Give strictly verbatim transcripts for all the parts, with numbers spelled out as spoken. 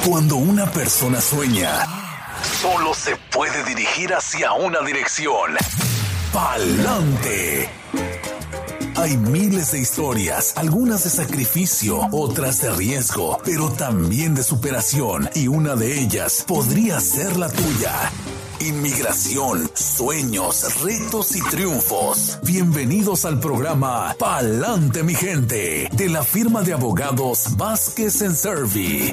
Cuando una persona sueña, solo se puede dirigir hacia una dirección: pa'lante. Hay miles de historias, algunas de sacrificio, otras de riesgo, pero también de superación, y una de ellas podría ser la tuya. Inmigración, sueños, retos y triunfos. Bienvenidos al programa Pa'lante, mi gente, de la firma de abogados Vázquez and Servi.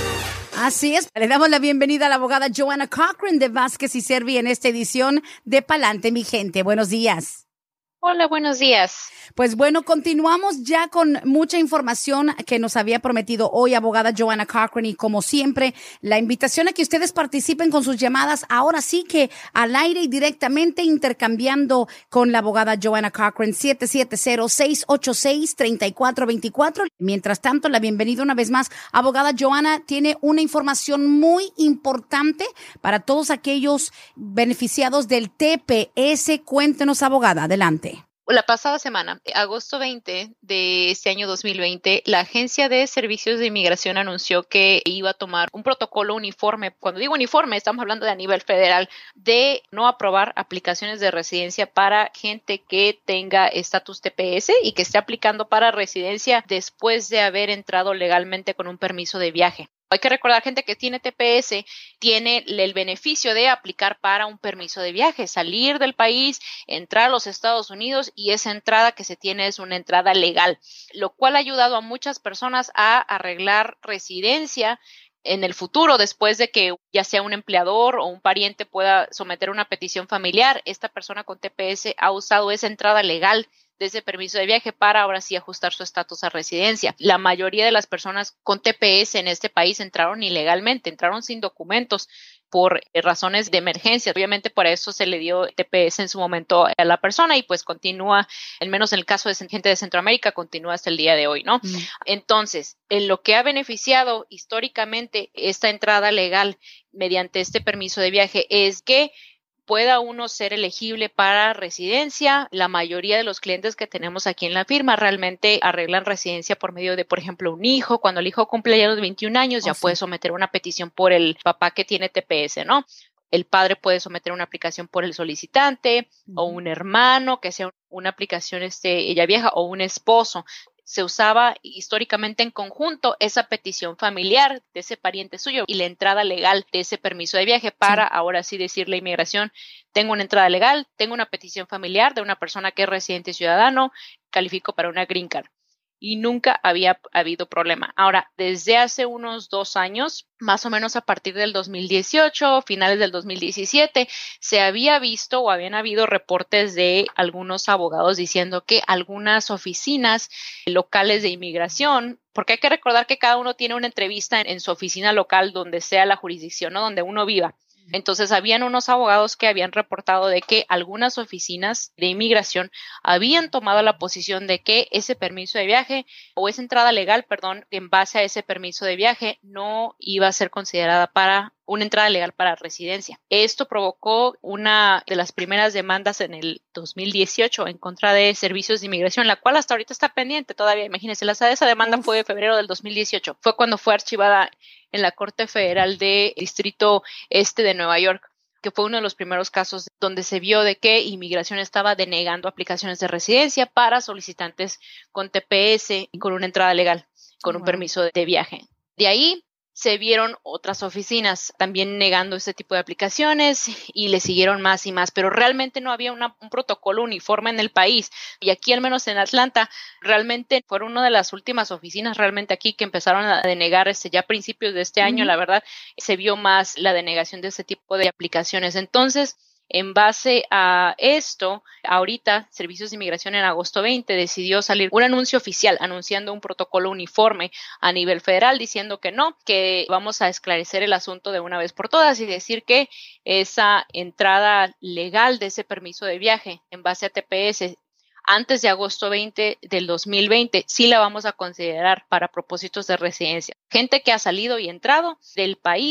Así es, le damos la bienvenida a la abogada Joanna Cochran de Vázquez y Servi en esta edición de Pa'lante, mi gente. Buenos días. Hola, buenos días. Pues bueno, continuamos ya con mucha información que nos había prometido hoy abogada Joanna Cochran, y como siempre, la invitación a que ustedes participen con sus llamadas, ahora sí que al aire y directamente intercambiando con la abogada Joanna Cochran, siete siete cero, seis ocho seis, tres cuatro dos cuatro. Mientras tanto, la bienvenida una vez más. Abogada Joanna tiene una información muy importante para todos aquellos beneficiados del T P S. Cuéntenos, abogada, adelante. La pasada semana, agosto veinte de este año dos mil veinte, la Agencia de Servicios de Inmigración anunció que iba a tomar un protocolo uniforme. Cuando digo uniforme, estamos hablando de a nivel federal, de no aprobar aplicaciones de residencia para gente que tenga estatus T P S y que esté aplicando para residencia después de haber entrado legalmente con un permiso de viaje. Hay que recordar, gente que tiene T P S tiene el beneficio de aplicar para un permiso de viaje, salir del país, entrar a los Estados Unidos, y esa entrada que se tiene es una entrada legal, lo cual ha ayudado a muchas personas a arreglar residencia en el futuro, después de que ya sea un empleador o un pariente pueda someter una petición familiar. Esta persona con T P S ha usado esa entrada legal de ese permiso de viaje para ahora sí ajustar su estatus a residencia. La mayoría de las personas con T P S en este país entraron ilegalmente, entraron sin documentos por razones de emergencia. Obviamente por eso se le dio T P S en su momento a la persona, y pues continúa, al menos en el caso de gente de Centroamérica, continúa hasta el día de hoy, ¿no? Mm. Entonces, en lo que ha beneficiado históricamente esta entrada legal mediante este permiso de viaje es que pueda uno ser elegible para residencia. La mayoría de los clientes que tenemos aquí en la firma realmente arreglan residencia por medio de, por ejemplo, un hijo. Cuando el hijo cumple ya los veintiún años, ya oh, puede sí. someter una petición por el papá que tiene T P S, ¿no? El padre puede someter una aplicación por el solicitante, uh-huh. o un hermano, que sea una aplicación este, ella vieja, o un esposo. Se usaba históricamente en conjunto esa petición familiar de ese pariente suyo y la entrada legal de ese permiso de viaje para sí. ahora sí decirle a inmigración: tengo una entrada legal, tengo una petición familiar de una persona que es residente ciudadano, califico para una green card. Y nunca había habido problema. Ahora, desde hace unos dos años, más o menos a partir del dos mil dieciocho, finales del dos mil diecisiete, se había visto o habían habido reportes de algunos abogados diciendo que algunas oficinas locales de inmigración, porque hay que recordar que cada uno tiene una entrevista en, en su oficina local donde sea la jurisdicción, ¿no? Donde uno viva. Entonces, habían unos abogados que habían reportado de que algunas oficinas de inmigración habían tomado la posición de que ese permiso de viaje o esa entrada legal, perdón, en base a ese permiso de viaje no iba a ser considerada para una entrada legal para residencia. Esto provocó una de las primeras demandas en el dos mil dieciocho en contra de Servicios de Inmigración, la cual hasta ahorita está pendiente todavía. Imagínense, la, esa demanda fue de febrero del dos mil dieciocho. Fue cuando fue archivada en la Corte Federal del Distrito Este de Nueva York, que fue uno de los primeros casos donde se vio de que Inmigración estaba denegando aplicaciones de residencia para solicitantes con T P S y con una entrada legal, con un wow. permiso de viaje. De ahí se vieron otras oficinas también negando este tipo de aplicaciones y le siguieron más y más, pero realmente no había una, un protocolo uniforme en el país. Y aquí, al menos en Atlanta, realmente fueron una de las últimas oficinas realmente aquí que empezaron a denegar este, ya a principios de este año, mm-hmm. la verdad, se vio más la denegación de este tipo de aplicaciones. Entonces, en base a esto, ahorita Servicios de Inmigración en agosto veinte decidió salir un anuncio oficial anunciando un protocolo uniforme a nivel federal, diciendo que no, que vamos a esclarecer el asunto de una vez por todas y decir que esa entrada legal de ese permiso de viaje en base a T P S antes de agosto veinte del dos mil veinte sí la vamos a considerar para propósitos de residencia. Gente que ha salido y entrado del país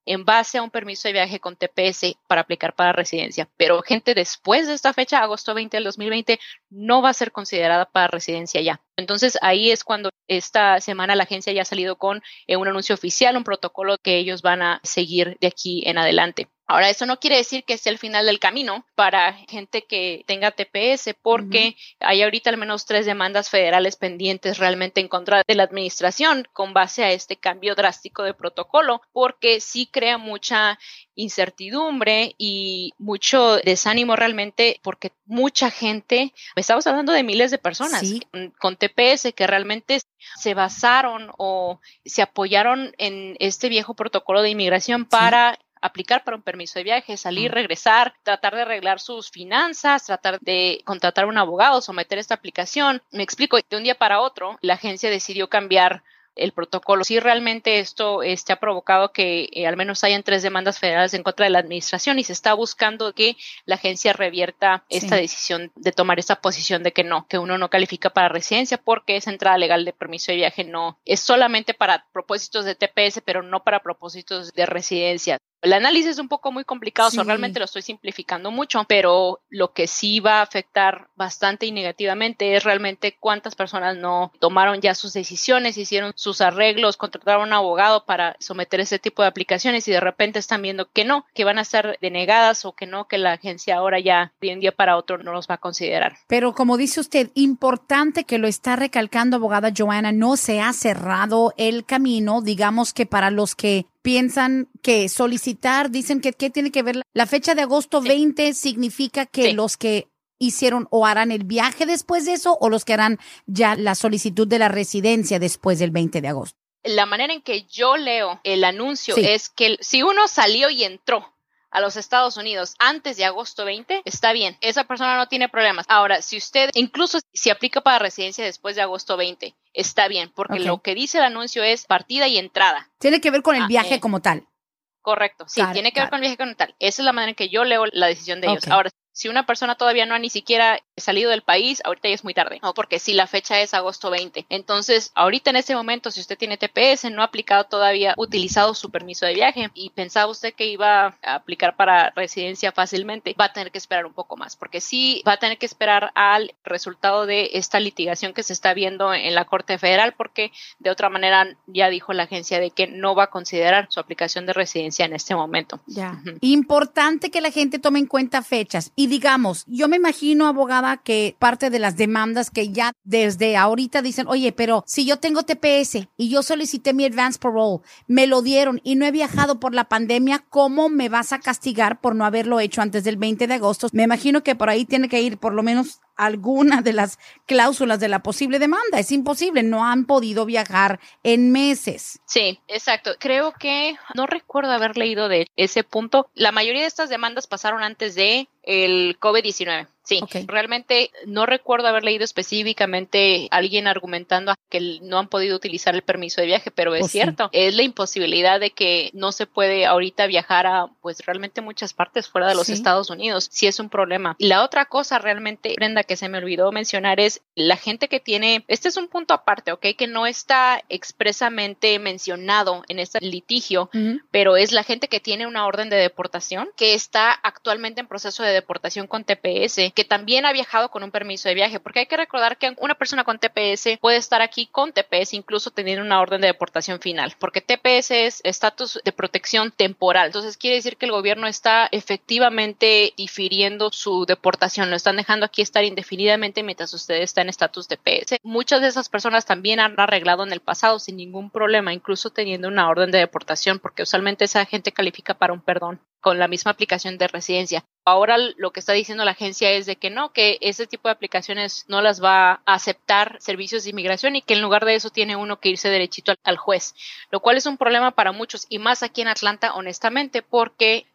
en base a un permiso de viaje con T P S para aplicar para residencia. Pero gente después de esta fecha, agosto veinte del dos mil veinte, no va a ser considerada para residencia ya. Entonces ahí es cuando esta semana la agencia ya ha salido con eh, un anuncio oficial, un protocolo que ellos van a seguir de aquí en adelante. Ahora, eso no quiere decir que sea el final del camino para gente que tenga T P S, porque uh-huh. hay ahorita al menos tres demandas federales pendientes realmente en contra de la administración con base a este cambio drástico de protocolo, porque sí crea mucha incertidumbre y mucho desánimo realmente, porque mucha gente, estamos hablando de miles de personas sí. con T P S que realmente se basaron o se apoyaron en este viejo protocolo de inmigración para sí. aplicar para un permiso de viaje, salir, regresar, tratar de arreglar sus finanzas, tratar de contratar a un abogado, someter esta aplicación. Me explico, de un día para otro, la agencia decidió cambiar el protocolo. Sí, realmente esto este, ha provocado que eh, al menos hayan tres demandas federales en contra de la administración y se está buscando que la agencia revierta sí. esta decisión de tomar esta posición de que no, que uno no califica para residencia porque esa entrada legal de permiso de viaje no es solamente para propósitos de T P S, pero no para propósitos de residencia. El análisis es un poco muy complicado, sí. o realmente lo estoy simplificando mucho, pero lo que sí va a afectar bastante y negativamente es realmente cuántas personas no tomaron ya sus decisiones, hicieron sus arreglos, contrataron a un abogado para someter ese tipo de aplicaciones y de repente están viendo que no, que van a estar denegadas o que no, que la agencia ahora ya de un día para otro no los va a considerar. Pero como dice usted, importante que lo está recalcando, abogada Joanna, no se ha cerrado el camino, digamos que para los que piensan que solicitar, dicen que ¿qué tiene que ver? La fecha de agosto sí. veinte significa que sí. los que hicieron o harán el viaje después de eso o los que harán ya la solicitud de la residencia después del veinte de agosto. La manera en que yo leo el anuncio sí. es que si uno salió y entró a los Estados Unidos antes de agosto veinte, está bien, esa persona no tiene problemas. Ahora, si usted, incluso si aplica para residencia después de agosto veinte, está bien, porque okay. lo que dice el anuncio es partida y entrada. Tiene que ver con el viaje ah, eh, como tal. Correcto, sí, claro, claro. tiene que ver con el viaje como tal. Esa es la manera en que yo leo la decisión de ellos. Okay. Ahora, si una persona todavía no ha ni siquiera salido del país, ahorita ya es muy tarde, ¿no? Porque sí, la fecha es agosto veinte. Entonces, ahorita en este momento, si usted tiene T P S, no ha aplicado todavía, utilizado su permiso de viaje y pensaba usted que iba a aplicar para residencia fácilmente, va a tener que esperar un poco más, porque sí va a tener que esperar al resultado de esta litigación que se está viendo en la Corte Federal, porque de otra manera ya dijo la agencia de que no va a considerar su aplicación de residencia en este momento. Ya. Uh-huh. Importante que la gente tome en cuenta fechas. Y digamos, yo me imagino, abogada, que parte de las demandas que ya desde ahorita dicen, oye, pero si yo tengo T P S y yo solicité mi advance parole, me lo dieron y no he viajado por la pandemia, ¿cómo me vas a castigar por no haberlo hecho antes del veinte de agosto? Me imagino que por ahí tiene que ir por lo menos alguna de las cláusulas de la posible demanda. Es imposible, no han podido viajar en meses. Sí, exacto. Creo que no recuerdo haber leído de ese punto. La mayoría de estas demandas pasaron antes de el COVID diecinueve. Sí, okay. Realmente no recuerdo haber leído específicamente a alguien argumentando que no han podido utilizar el permiso de viaje, pero es oh, cierto, sí. Es la imposibilidad de que no se puede ahorita viajar a pues realmente muchas partes fuera de los sí. Estados Unidos. Sí es un problema. Y la otra cosa realmente, Brenda, que se me olvidó mencionar es la gente que tiene, este es un punto aparte, ¿ok? Que no está expresamente mencionado en este litigio, uh-huh. pero es la gente que tiene una orden de deportación que está actualmente en proceso de deportación con T P S, que también ha viajado con un permiso de viaje, porque hay que recordar que una persona con T P S puede estar aquí con T P S, incluso teniendo una orden de deportación final, porque T P S es estatus de protección temporal. Entonces quiere decir que el gobierno está efectivamente difiriendo su deportación, lo están dejando aquí estar indefinidamente mientras usted está en estatus T P S. Muchas de esas personas también han arreglado en el pasado sin ningún problema, incluso teniendo una orden de deportación, porque usualmente esa gente califica para un perdón con la misma aplicación de residencia. Ahora lo que está diciendo la agencia es de que no, que ese tipo de aplicaciones no las va a aceptar servicios de inmigración y que en lugar de eso tiene uno que irse derechito al, al juez, lo cual es un problema para muchos y más aquí en Atlanta, honestamente, porque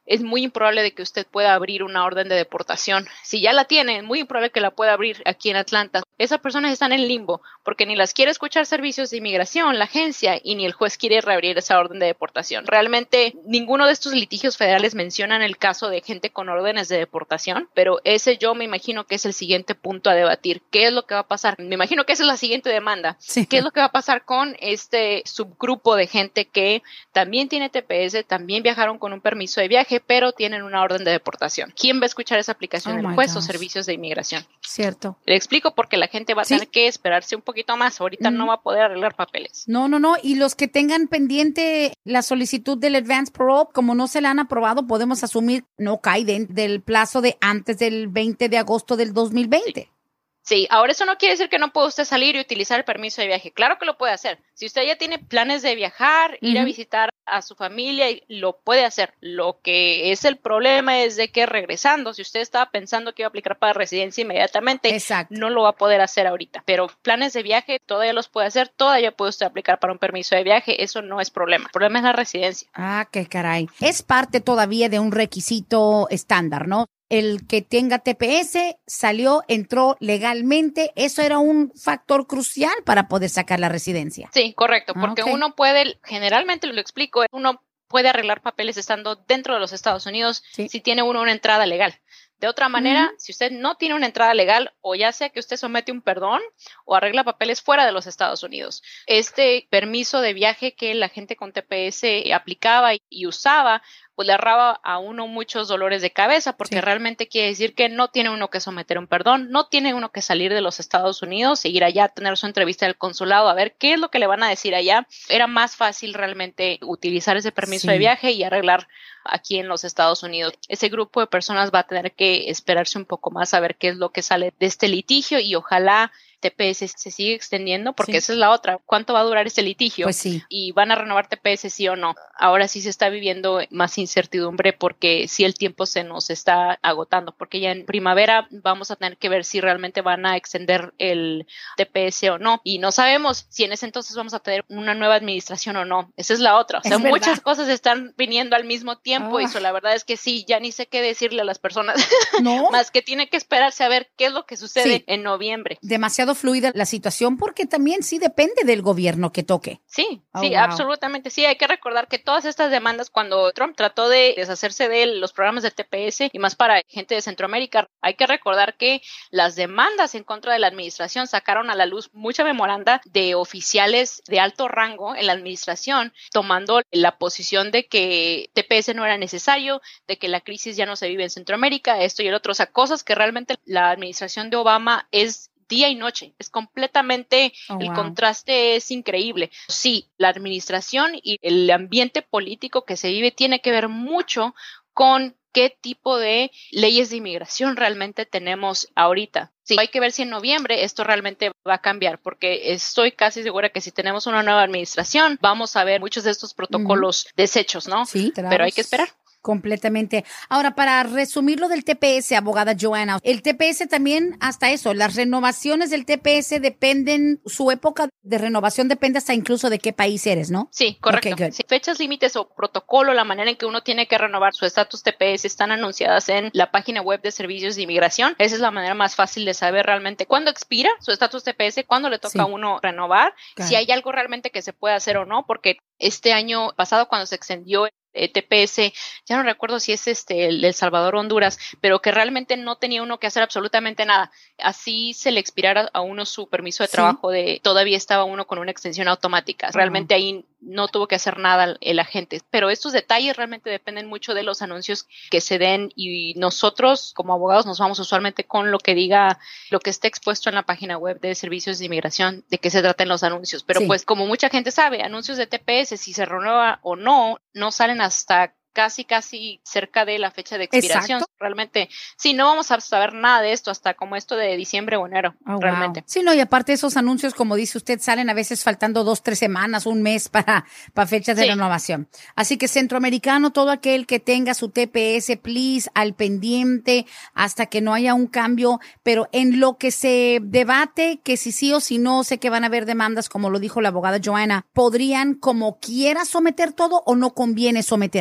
es muy improbable de que usted pueda abrir una orden de deportación. Si ya la tiene, es muy improbable que la pueda abrir aquí en Atlanta. Esas personas están en limbo porque ni las quiere escuchar servicios de inmigración, la agencia, y ni el juez quiere reabrir esa orden de deportación. Realmente ninguno de estos litigios federales mencionan el caso de gente con órdenes de deportación, pero ese yo me imagino que es el siguiente punto a debatir. ¿Qué es lo que va a pasar? Me imagino que esa es la siguiente demanda. Sí. ¿Qué es lo que va a pasar con este subgrupo de gente que también tiene T P S, también viajaron con un permiso de viaje, pero tienen una orden de deportación? ¿Quién va a escuchar esa aplicación? Oh ¿El my juez gosh. o servicios de inmigración? Cierto. Le explico porque la gente va a Sí. tener que esperarse un poquito más. Ahorita Mm. no va a poder arreglar papeles. No, no, no. Y los que tengan pendiente la solicitud del Advance Parole, como no se la han aprobado, podemos asumir no cae de- del plazo de antes del veinte de agosto del dos mil veinte. Sí, ahora eso no quiere decir que no pueda usted salir y utilizar el permiso de viaje. Claro que lo puede hacer. Si usted ya tiene planes de viajar, ir a Ujú. visitar a su familia, lo puede hacer. Lo que es el problema es de que regresando, si usted estaba pensando que iba a aplicar para residencia inmediatamente, Exacto. no lo va a poder hacer ahorita. Pero planes de viaje todavía los puede hacer, todavía puede usted aplicar para un permiso de viaje, eso no es problema. El problema es la residencia. Ah, qué caray. Es parte todavía de un requisito estándar, ¿no? El que tenga T P S salió, entró legalmente. Eso era un factor crucial para poder sacar la residencia. Sí, correcto, Ah, porque ok. uno puede, generalmente lo explico, uno puede arreglar papeles estando dentro de los Estados Unidos Sí. si tiene uno una entrada legal. De otra manera, Ujú. si usted no tiene una entrada legal, o ya sea que usted somete un perdón o arregla papeles fuera de los Estados Unidos. Este permiso de viaje que la gente con T P S aplicaba y, y usaba, pues le ahorraba a uno muchos dolores de cabeza, porque Sí. realmente quiere decir que no tiene uno que someter un perdón, no tiene uno que salir de los Estados Unidos e ir allá a tener su entrevista del consulado, a ver qué es lo que le van a decir allá. Era más fácil realmente utilizar ese permiso Sí. de viaje y arreglar aquí en los Estados Unidos. Ese grupo de personas va a tener que esperarse un poco más a ver qué es lo que sale de este litigio y ojalá T P S se sigue extendiendo, porque Sí. esa es la otra. ¿Cuánto va a durar este litigio? Pues sí. Y van a renovar T P S sí o no. Ahora sí se está viviendo más incertidumbre porque sí el tiempo se nos está agotando, porque ya en primavera vamos a tener que ver si realmente van a extender el T P S o no. Y no sabemos si en ese entonces vamos a tener una nueva administración o no. Esa es la otra. O sea, Es verdad. muchas cosas están viniendo al mismo tiempo Ah. y eso, la verdad es que sí, ya ni sé qué decirle a las personas, No. más que tiene que esperarse a ver qué es lo que sucede Sí. en noviembre. Demasiado fluida la situación porque también sí depende del gobierno que toque. Sí, Oh, sí, wow. absolutamente. Sí, hay que recordar que todas estas demandas, cuando Trump trató de deshacerse de los programas de T P S y más para gente de Centroamérica, hay que recordar que las demandas en contra de la administración sacaron a la luz mucha memoranda de oficiales de alto rango en la administración tomando la posición de que T P S no era necesario, de que la crisis ya no se vive en Centroamérica, esto y el otro, o sea, cosas que realmente la administración de Obama es día y noche, es completamente, Oh, el wow. contraste es increíble. Sí, la administración y el ambiente político que se vive tiene que ver mucho con qué tipo de leyes de inmigración realmente tenemos ahorita. Sí, hay que ver si en noviembre esto realmente va a cambiar, porque estoy casi segura que si tenemos una nueva administración, vamos a ver muchos de estos protocolos deshechos, ¿no? Sí, Pero hay que esperar. Completamente. Ahora, para resumir lo del T P S, abogada Joanna, el T P S también, hasta eso, las renovaciones del T P S dependen, su época de renovación depende hasta incluso de qué país eres, ¿no? Sí, correcto. Ok, good. Sí, fechas límites o protocolo, la manera en que uno tiene que renovar su estatus T P S están anunciadas en la página web de Servicios de Inmigración. Esa es la manera más fácil de saber realmente cuándo expira su estatus T P S, cuándo le toca Sí. a uno renovar, Claro. si hay algo realmente que se puede hacer o no, porque este año pasado cuando se extendió eh, T P S, ya no recuerdo si es este el, el Salvador o Honduras, pero que realmente no tenía uno que hacer absolutamente nada. Así se le expirara a uno su permiso de Sí. trabajo, de todavía estaba uno con una extensión automática. Realmente ahí no tuvo que hacer nada el, el agente. Pero estos detalles realmente dependen mucho de los anuncios que se den y nosotros como abogados nos vamos usualmente con lo que diga, lo que esté expuesto en la página web de Servicios de Inmigración, de qué se tratan los anuncios. Pero Sí. pues como mucha gente sabe, anuncios de T P S, si se renueva o no, no salen hasta casi, casi cerca de la fecha de expiración. Exacto. Realmente, sí, no vamos a saber nada de esto hasta como esto de diciembre o enero, Oh, realmente. wow. Sí, no, y aparte esos anuncios, como dice usted, salen a veces faltando dos, tres semanas, un mes para, para fechas de Sí. renovación. Así que centroamericano, todo aquel que tenga su T P S, please, al pendiente, hasta que no haya un cambio, pero en lo que se debate, que si sí o si no, sé que van a haber demandas, como lo dijo la abogada Joanna, ¿podrían como quiera someter todo o no conviene someterlo? Some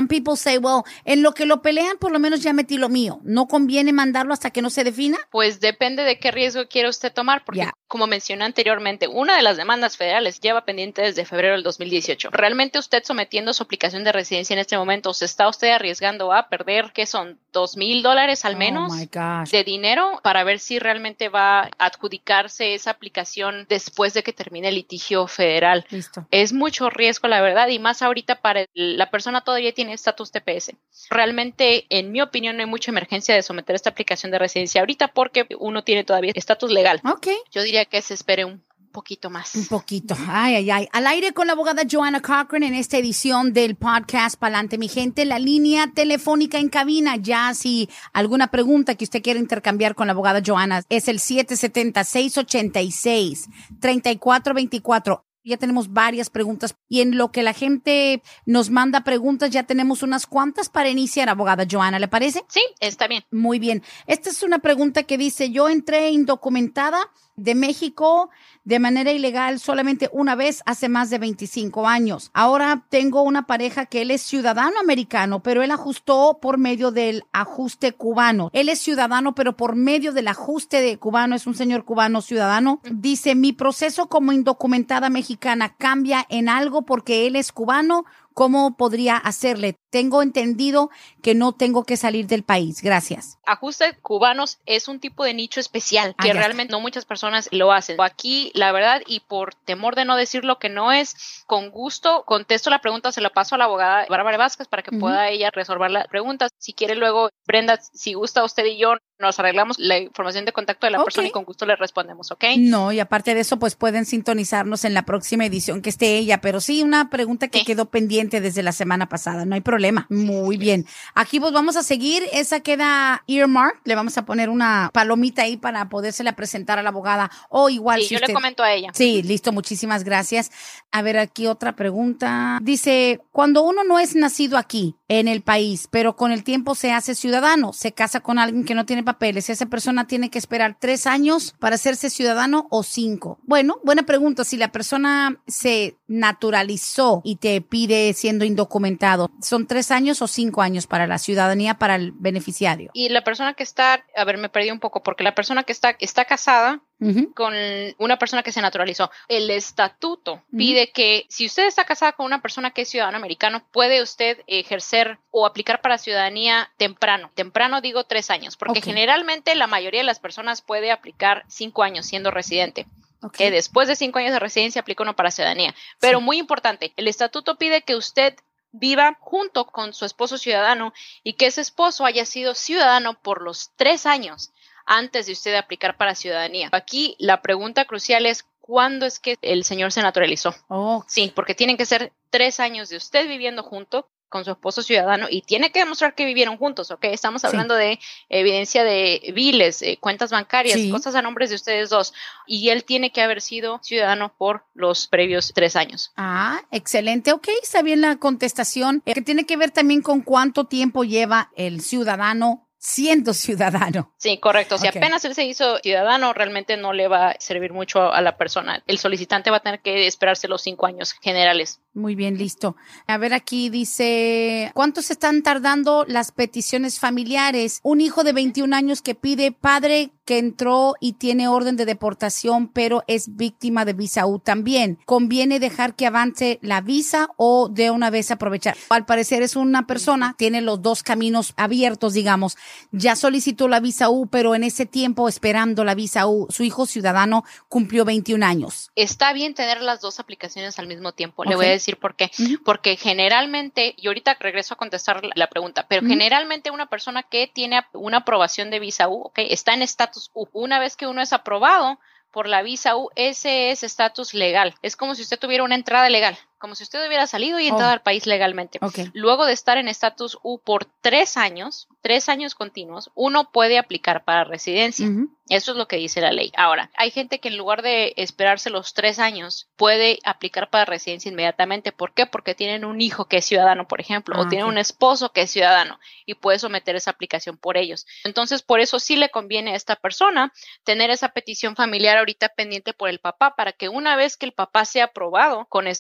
people say, well, en lo que lo pelean, por lo menos ya metí lo mío. ¿No conviene mandarlo hasta que no se defina? Pues depende de qué riesgo quiere usted tomar, porque yeah. como mencioné anteriormente, una de las demandas federales lleva pendiente desde febrero del dos mil dieciocho. Realmente usted sometiendo su aplicación de residencia en este momento, ¿se está usted arriesgando a perder, qué son, dos mil dólares al menos oh my gosh. de dinero para ver si realmente va a adjudicarse esa aplicación después de que termine el litigio federal? Listo. Es mucho riesgo, la verdad, y más ahorita para el, la persona todavía tiene estatus T P S. Realmente, en mi opinión, no hay mucha emergencia de someter esta aplicación de residencia ahorita porque uno tiene todavía estatus legal. Ok. Yo diría que se espere un poquito más. Un poquito. Ay, ay, ay. Al aire con la abogada Joanna Cochran en esta edición del podcast Pa'lante, mi gente. La línea telefónica en cabina. Ya si alguna pregunta que usted quiera intercambiar con la abogada Joanna es el siete siete cero, seis ocho seis, tres cuatro dos cuatro. Ya tenemos varias preguntas y en lo que la gente nos manda preguntas ya tenemos unas cuantas para iniciar, abogada Joanna, ¿le parece? Sí, está bien. Muy bien. Esta es una pregunta que dice, yo entré indocumentada de México de manera ilegal solamente una vez hace más de veinticinco años. Ahora tengo una pareja que él es ciudadano americano, pero él ajustó por medio del ajuste cubano. Él es ciudadano, pero por medio del ajuste de cubano, es un señor cubano ciudadano. Dice, mi proceso como indocumentada mexicana cambia en algo porque él es cubano. ¿Cómo podría hacerle? Tengo entendido que no tengo que salir del país. Gracias. Ajuste cubanos es un tipo de nicho especial que ah, realmente no muchas personas lo hacen. Aquí, la verdad, y por temor de no decir lo que no es, con gusto contesto la pregunta, se la paso a la abogada Bárbara Vázquez para que uh-huh. pueda ella resolver la pregunta. Si quiere luego, Brenda, si gusta usted y yo, nos arreglamos la información de contacto de la okay. persona y con gusto le respondemos, ¿ok? No, y aparte de eso, pues pueden sintonizarnos en la próxima edición que esté ella, pero sí, una pregunta que sí. quedó pendiente desde la semana pasada, no hay problema. Muy sí, bien. Aquí pues vamos a seguir, esa queda earmark, le vamos a poner una palomita ahí para podérsela presentar a la abogada o igual sí, si yo usted... le comento a ella. Sí, listo, muchísimas gracias. A ver, aquí otra pregunta. Dice, cuando uno no es nacido aquí, en el país, pero con el tiempo se hace ciudadano, se casa con alguien que no tiene papeles, ¿esa persona tiene que esperar tres años para hacerse ciudadano o cinco? Bueno, buena pregunta. Si la persona se naturalizó y te pide siendo indocumentado, ¿son tres años o cinco años para la ciudadanía para el beneficiario? Y la persona que está, a ver, me perdí un poco, porque la persona que está, está casada Uh-huh. con una persona que se naturalizó. El estatuto uh-huh. pide que si usted está casada con una persona que es ciudadano americano, puede usted ejercer o aplicar para ciudadanía temprano. Temprano digo tres años, porque okay. generalmente la mayoría de las personas puede aplicar cinco años siendo residente. Okay. Que después de cinco años de residencia aplica uno para ciudadanía. Pero sí. muy importante, el estatuto pide que usted viva junto con su esposo ciudadano y que ese esposo haya sido ciudadano por los tres años antes de usted aplicar para ciudadanía. Aquí la pregunta crucial es, ¿cuándo es que el señor se naturalizó? Oh. Sí, porque tienen que ser tres años de usted viviendo junto con su esposo ciudadano y tiene que demostrar que vivieron juntos, ¿ok? Estamos hablando sí. de evidencia de biles, eh, cuentas bancarias, sí. cosas a nombres de ustedes dos. Y él tiene que haber sido ciudadano por los previos tres años. Ah, excelente. Ok, está bien la contestación. Eh, que tiene que ver también con cuánto tiempo lleva el ciudadano siendo ciudadano. Sí, correcto. Si okay. apenas él se hizo ciudadano, realmente no le va a servir mucho a la persona. El solicitante va a tener que esperarse los cinco años generales. Muy bien, listo. A ver, aquí dice, ¿cuánto se están tardando las peticiones familiares? Un hijo de veintiún años que pide padre que entró y tiene orden de deportación, pero es víctima de visa U también. ¿Conviene dejar que avance la visa o de una vez aprovechar? Al parecer es una persona, tiene los dos caminos abiertos, digamos. Ya solicitó la visa U, pero en ese tiempo esperando la visa U, su hijo ciudadano cumplió veintiún años. Está bien tener las dos aplicaciones al mismo tiempo. Okay. Le voy a decir por qué. Uh-huh. Porque generalmente, y ahorita regreso a contestar la pregunta, pero uh-huh. generalmente una persona que tiene una aprobación de visa U, okay, está en estatus U. Una vez que uno es aprobado por la visa U, ese es estatus legal. Es como si usted tuviera una entrada legal, como si usted hubiera salido y entrado oh. al país legalmente. Okay. Luego de estar en estatus U por tres años, tres años continuos, uno puede aplicar para residencia. Uh-huh. Eso es lo que dice la ley. Ahora, hay gente que en lugar de esperarse los tres años, puede aplicar para residencia inmediatamente. ¿Por qué? Porque tienen un hijo que es ciudadano, por ejemplo, ah, o tienen okay. un esposo que es ciudadano y puede someter esa aplicación por ellos. Entonces, por eso sí le conviene a esta persona tener esa petición familiar ahorita pendiente por el papá, para que una vez que el papá sea aprobado con estatus U,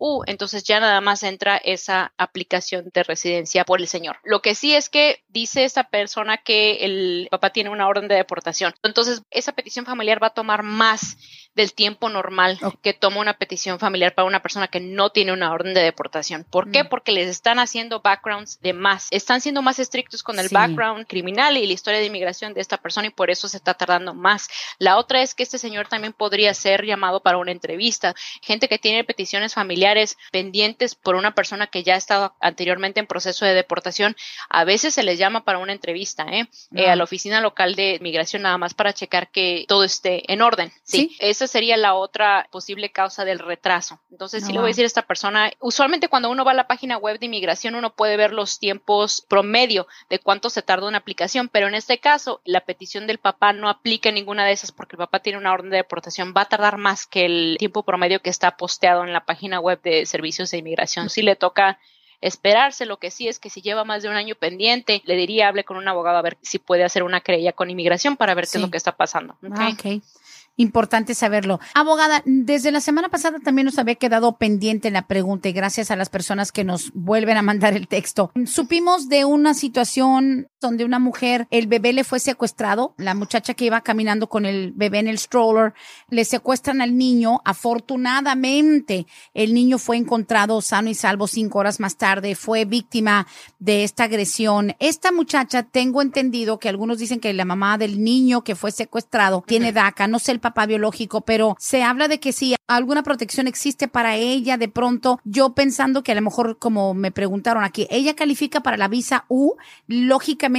U, entonces ya nada más entra esa aplicación de residencia por el señor. Lo que sí es que dice esta persona que el papá tiene una orden de deportación. Entonces, esa petición familiar va a tomar más del tiempo normal okay. que toma una petición familiar para una persona que no tiene una orden de deportación. ¿Por mm. qué? Porque les están haciendo backgrounds de más. Están siendo más estrictos con el sí. background criminal y la historia de inmigración de esta persona y por eso se está tardando más. La otra es que este señor también podría ser llamado para una entrevista. Gente que tiene peticiones familiares pendientes por una persona que ya ha estado anteriormente en proceso de deportación, a veces se les llama para una entrevista, ¿eh? No. Eh, a la oficina local de inmigración nada más para checar que todo esté en orden. Sí, ¿Sí? Esa sería la otra posible causa del retraso. Entonces, no. sí le voy a decir a esta persona, usualmente cuando uno va a la página web de inmigración, uno puede ver los tiempos promedio de cuánto se tarda una aplicación, pero en este caso, la petición del papá no aplica en ninguna de esas porque el papá tiene una orden de deportación, va a tardar más que el tiempo promedio que está posteado en la página web de servicios de inmigración. Sí le toca esperarse. Lo que sí es que si lleva más de un año pendiente, le diría, hable con un abogado a ver si puede hacer una querella con inmigración para ver sí. qué es lo que está pasando. ¿Okay? Ah, ok. Importante saberlo. Abogada, desde la semana pasada también nos había quedado pendiente la pregunta y gracias a las personas que nos vuelven a mandar el texto. Supimos de una situación donde una mujer, el bebé le fue secuestrado, la muchacha que iba caminando con el bebé en el stroller, le secuestran al niño. Afortunadamente, el niño fue encontrado sano y salvo cinco horas más tarde, fue víctima de esta agresión. Esta muchacha, tengo entendido que algunos dicen que la mamá del niño que fue secuestrado tiene DACA, no sé el papá biológico, pero se habla de que si alguna protección existe para ella, de pronto, yo pensando que a lo mejor, como me preguntaron aquí, ella califica para la visa U, lógicamente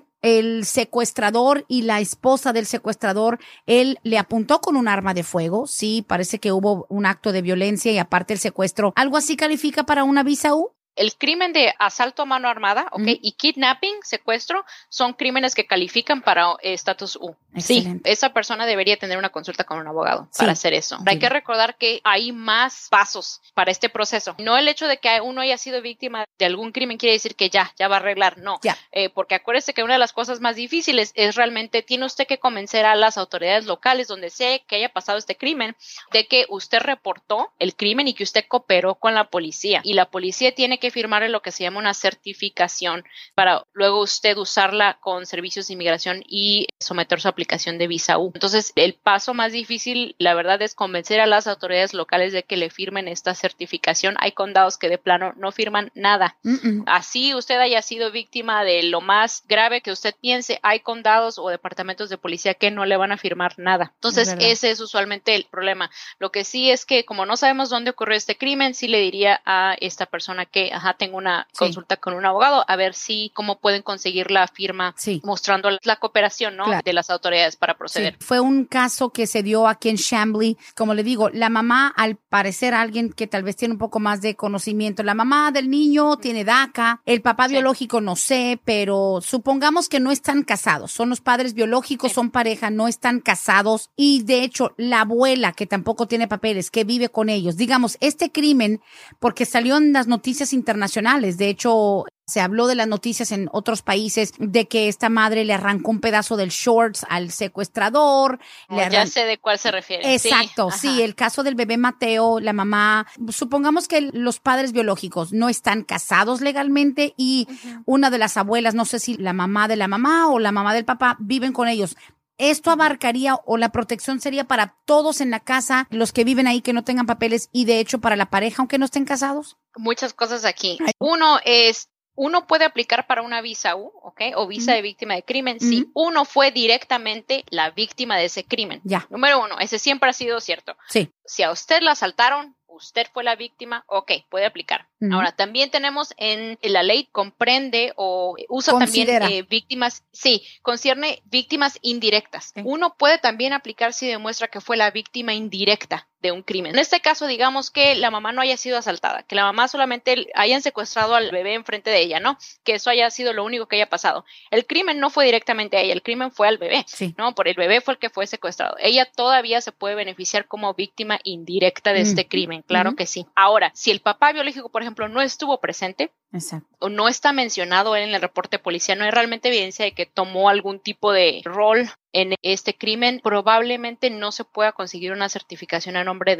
el secuestrador y la esposa del secuestrador, él le apuntó con un arma de fuego, sí, parece que hubo un acto de violencia y aparte el secuestro, ¿algo así califica para una visa U? El crimen de asalto a mano armada, ¿ok? Mm. Y kidnapping, secuestro, son crímenes que califican para estatus U. Excelente. Sí, esa persona debería tener una consulta con un abogado sí. para hacer eso. Sí. Hay que recordar que hay más pasos para este proceso. No el hecho de que uno haya sido víctima de algún crimen quiere decir que ya, ya va a arreglar, no. Ya. Eh, porque acuérdese que una de las cosas más difíciles es realmente, tiene usted que convencer a las autoridades locales donde sea que haya pasado este crimen, de que usted reportó el crimen y que usted cooperó con la policía. Y la policía tiene que firmar en lo que se llama una certificación para luego usted usarla con servicios de inmigración y someter su aplicación de visa U. Entonces, el paso más difícil, la verdad, es convencer a las autoridades locales de que le firmen esta certificación. Hay condados que de plano no firman nada. Mm-mm. Así usted haya sido víctima de lo más grave que usted piense, hay condados o departamentos de policía que no le van a firmar nada. Entonces, es ese es usualmente el problema. Lo que sí es que, como no sabemos dónde ocurrió este crimen, sí le diría a esta persona que ajá, tengo una sí. consulta con un abogado a ver si cómo pueden conseguir la firma sí. mostrando la cooperación, ¿no? Claro. de las autoridades para proceder. Sí. Fue un caso que se dio aquí en Chamblee. Como le digo, la mamá, al parecer alguien que tal vez tiene un poco más de conocimiento, la mamá del niño tiene DACA, el papá sí. biológico no sé, pero supongamos que no están casados, son los padres biológicos, sí. son pareja, no están casados y de hecho la abuela que tampoco tiene papeles, que vive con ellos, digamos, este crimen, porque salió en las noticias internacionales, de hecho se habló de las noticias en otros países de que esta madre le arrancó un pedazo del shorts al secuestrador. Oh, le arran... Ya sé de cuál se refiere. Exacto, sí, sí, el caso del bebé Mateo, la mamá, supongamos que los padres biológicos no están casados legalmente y uh-huh. una de las abuelas, no sé si la mamá de la mamá o la mamá del papá, viven con ellos. ¿Esto abarcaría o la protección sería para todos en la casa, los que viven ahí que no tengan papeles y de hecho para la pareja aunque no estén casados? Muchas cosas aquí. Uno es, uno puede aplicar para una visa U, ¿ok? O visa mm. de víctima de crimen mm. si uno fue directamente la víctima de ese crimen. Ya. Número uno, ese siempre ha sido cierto. Sí. Si a usted la asaltaron, usted fue la víctima, ok, puede aplicar. Uh-huh. Ahora, también tenemos en, en la ley, comprende o usa Considera. también eh, víctimas, sí, concierne víctimas indirectas. Sí. Uno puede también aplicar si demuestra que fue la víctima indirecta de un crimen. En este caso, digamos que la mamá no haya sido asaltada, que la mamá solamente hayan secuestrado al bebé enfrente de ella, ¿no? Que eso haya sido lo único que haya pasado. El crimen no fue directamente a ella, el crimen fue al bebé, sí. ¿no? Por el bebé fue el que fue secuestrado. Ella todavía se puede beneficiar como víctima indirecta de mm. este crimen, claro mm-hmm. que sí. Ahora, si el papá biológico, por ejemplo, no estuvo presente, Exacto. o no está mencionado él en el reporte policial, no hay realmente evidencia de que tomó algún tipo de rol en este crimen, probablemente no se pueda conseguir una certificación a nombre de él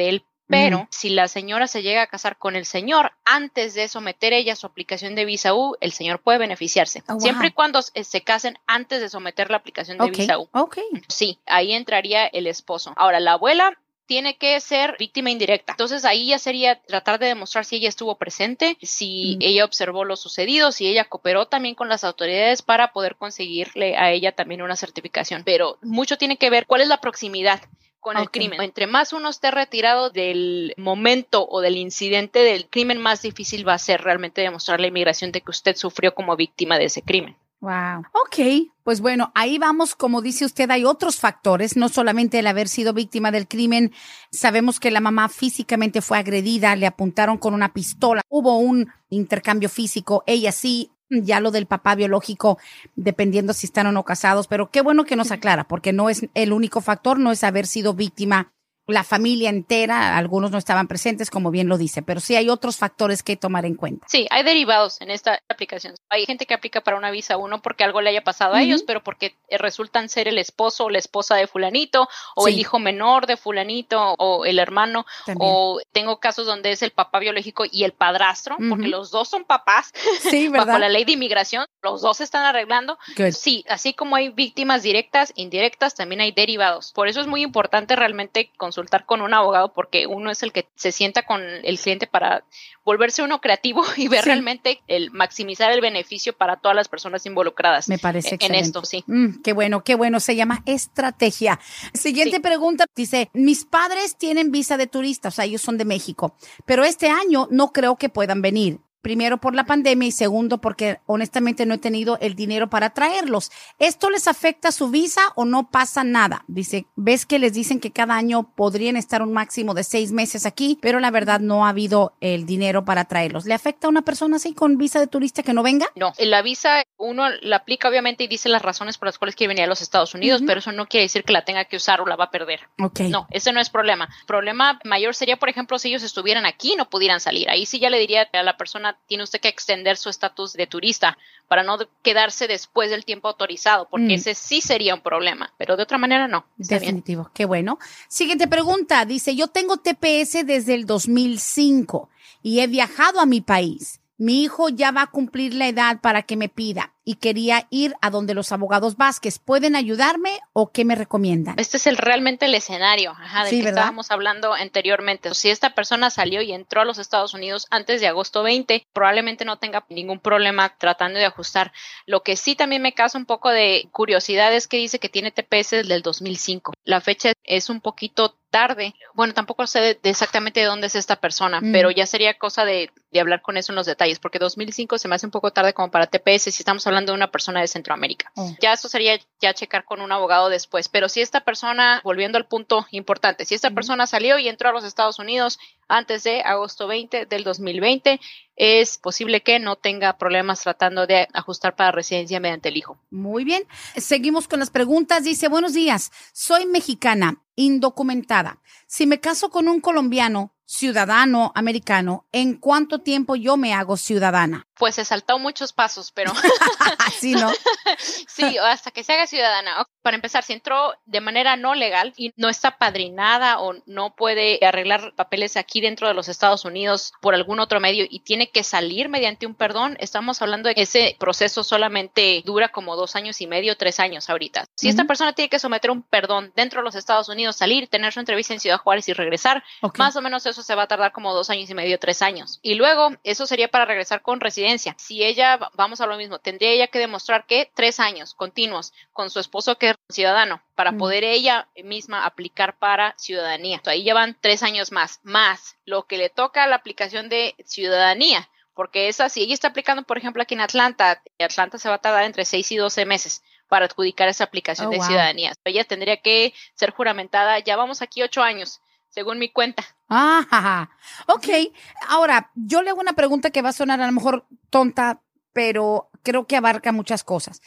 Pero Mm. si la señora se llega a casar con el señor, antes de someter ella su aplicación de visa U, el señor puede beneficiarse. Oh, wow. Siempre y cuando se se casen antes de someter la aplicación de Ok, visa U. ok. Sí, ahí entraría el esposo. Ahora, la abuela tiene que ser víctima indirecta. Entonces ahí ya sería tratar de demostrar si ella estuvo presente, si Mm. ella observó lo sucedido, si ella cooperó también con las autoridades para poder conseguirle a ella también una certificación. Pero mucho tiene que ver cuál es la proximidad con el Ok. crimen. Entre más uno esté retirado del momento o del incidente del crimen, más difícil va a ser realmente demostrar la inmigración de que usted sufrió como víctima de ese crimen. Wow. Ok, pues bueno, ahí vamos, como dice usted, hay otros factores, no solamente el haber sido víctima del crimen. Sabemos que la mamá físicamente fue agredida, le apuntaron con una pistola, hubo un intercambio físico, ella sí, ya lo del papá biológico, dependiendo si están o no casados, pero qué bueno que nos aclara, porque no es el único factor, no es haber sido víctima la familia entera, algunos no estaban presentes, como bien lo dice, pero sí hay otros factores que tomar en cuenta. Sí, hay derivados en esta aplicación. Hay gente que aplica para una visa uno porque algo le haya pasado a Ujú. ellos, pero porque resultan ser el esposo o la esposa de fulanito, o Sí. el hijo menor de fulanito, o el hermano, También. o tengo casos donde es el papá biológico y el padrastro, porque Ujú. los dos son papás. Sí, Bajo ¿verdad? la ley de inmigración, los dos se están arreglando. Good. Sí, así como hay víctimas directas, indirectas, también hay derivados. Por eso es muy importante realmente consultar con un abogado, porque uno es el que se sienta con el cliente para volverse uno creativo y ver Sí. realmente el maximizar el beneficio para todas las personas involucradas. Me parece en, excelente. en esto, sí. Mm, qué bueno, qué bueno. Se llama estrategia. Siguiente Sí. pregunta. Dice, mis padres tienen visa de turista, o sea, ellos son de México, pero este año no creo que puedan venir. Primero por la pandemia y segundo porque honestamente no he tenido el dinero para traerlos. ¿Esto les afecta su visa o no pasa nada? Dice, ves que les dicen que cada año podrían estar un máximo de seis meses aquí, pero la verdad no ha habido el dinero para traerlos. ¿Le afecta a una persona así con visa de turista que no venga? No, la visa uno la aplica obviamente y dice las razones por las cuales quiere venir a los Estados Unidos, Ujú. pero eso no quiere decir que la tenga que usar o la va a perder. Ok. No, ese no es problema. Problema mayor sería, por ejemplo, si ellos estuvieran aquí y no pudieran salir. Ahí sí ya le diría a la persona, tiene usted que extender su estatus de turista para no quedarse después del tiempo autorizado, porque Mm. ese sí sería un problema, pero de otra manera no. Está bien. Definitivo, qué bueno. Siguiente pregunta, dice, yo tengo T P S desde el dos mil cinco y he viajado a mi país. Mi hijo ya va a cumplir la edad para que me pida y quería ir a donde los abogados Vázquez. ¿Pueden ayudarme o qué me recomiendan? Este es el realmente el escenario, ajá, del Sí, que ¿verdad? estábamos hablando anteriormente. Si esta persona salió y entró a los Estados Unidos antes de agosto veinte, probablemente no tenga ningún problema tratando de ajustar. Lo que sí también me causa un poco de curiosidad es que dice que tiene T P S desde el dos mil cinco. La fecha es un poquito tarde. Bueno, tampoco sé de, de exactamente de dónde es esta persona, Mm. pero ya sería cosa de, de hablar con eso en los detalles, porque dos mil cinco se me hace un poco tarde como para T P S si estamos hablando de una persona de Centroamérica. Oh. Ya eso sería ya checar con un abogado después, pero si esta persona, volviendo al punto importante, si esta Mm. persona salió y entró a los Estados Unidos antes de agosto veinte del dos mil veinte, es posible que no tenga problemas tratando de ajustar para residencia mediante el hijo. Muy bien. Seguimos con las preguntas. Dice, buenos días, soy mexicana, indocumentada. Si me caso con un colombiano, ciudadano americano, ¿en cuánto tiempo yo me hago ciudadana? Pues se saltó muchos pasos, pero Sí, ¿no? sí, hasta que se haga ciudadana. Para empezar, si entró de manera no legal y no está padrinada o no puede arreglar papeles aquí dentro de los Estados Unidos por algún otro medio y tiene que salir mediante un perdón, estamos hablando de que ese proceso solamente dura como dos años y medio, tres años ahorita. Si esta Ujú. persona tiene que someter un perdón dentro de los Estados Unidos, salir, tener su entrevista en Ciudad Juárez y regresar, Ok. más o menos eso se va a tardar como dos años y medio, tres años. Y luego, eso sería para regresar con residencia. Si ella, vamos a lo mismo, tendría ella que demostrar que tres años continuos con su esposo que es ciudadano para Mm. poder ella misma aplicar para ciudadanía. Entonces, ahí ya van tres años más, más lo que le toca a la aplicación de ciudadanía. Porque esa, si ella está aplicando, por ejemplo, aquí en Atlanta, Atlanta se va a tardar entre seis y doce meses para adjudicar esa aplicación Oh, de wow. ciudadanía. Ella tendría que ser juramentada, ya vamos aquí ocho años, según mi cuenta. Ah, jaja. Ok. Ahora, yo le hago una pregunta que va a sonar a lo mejor tonta, pero creo que abarca muchas cosas.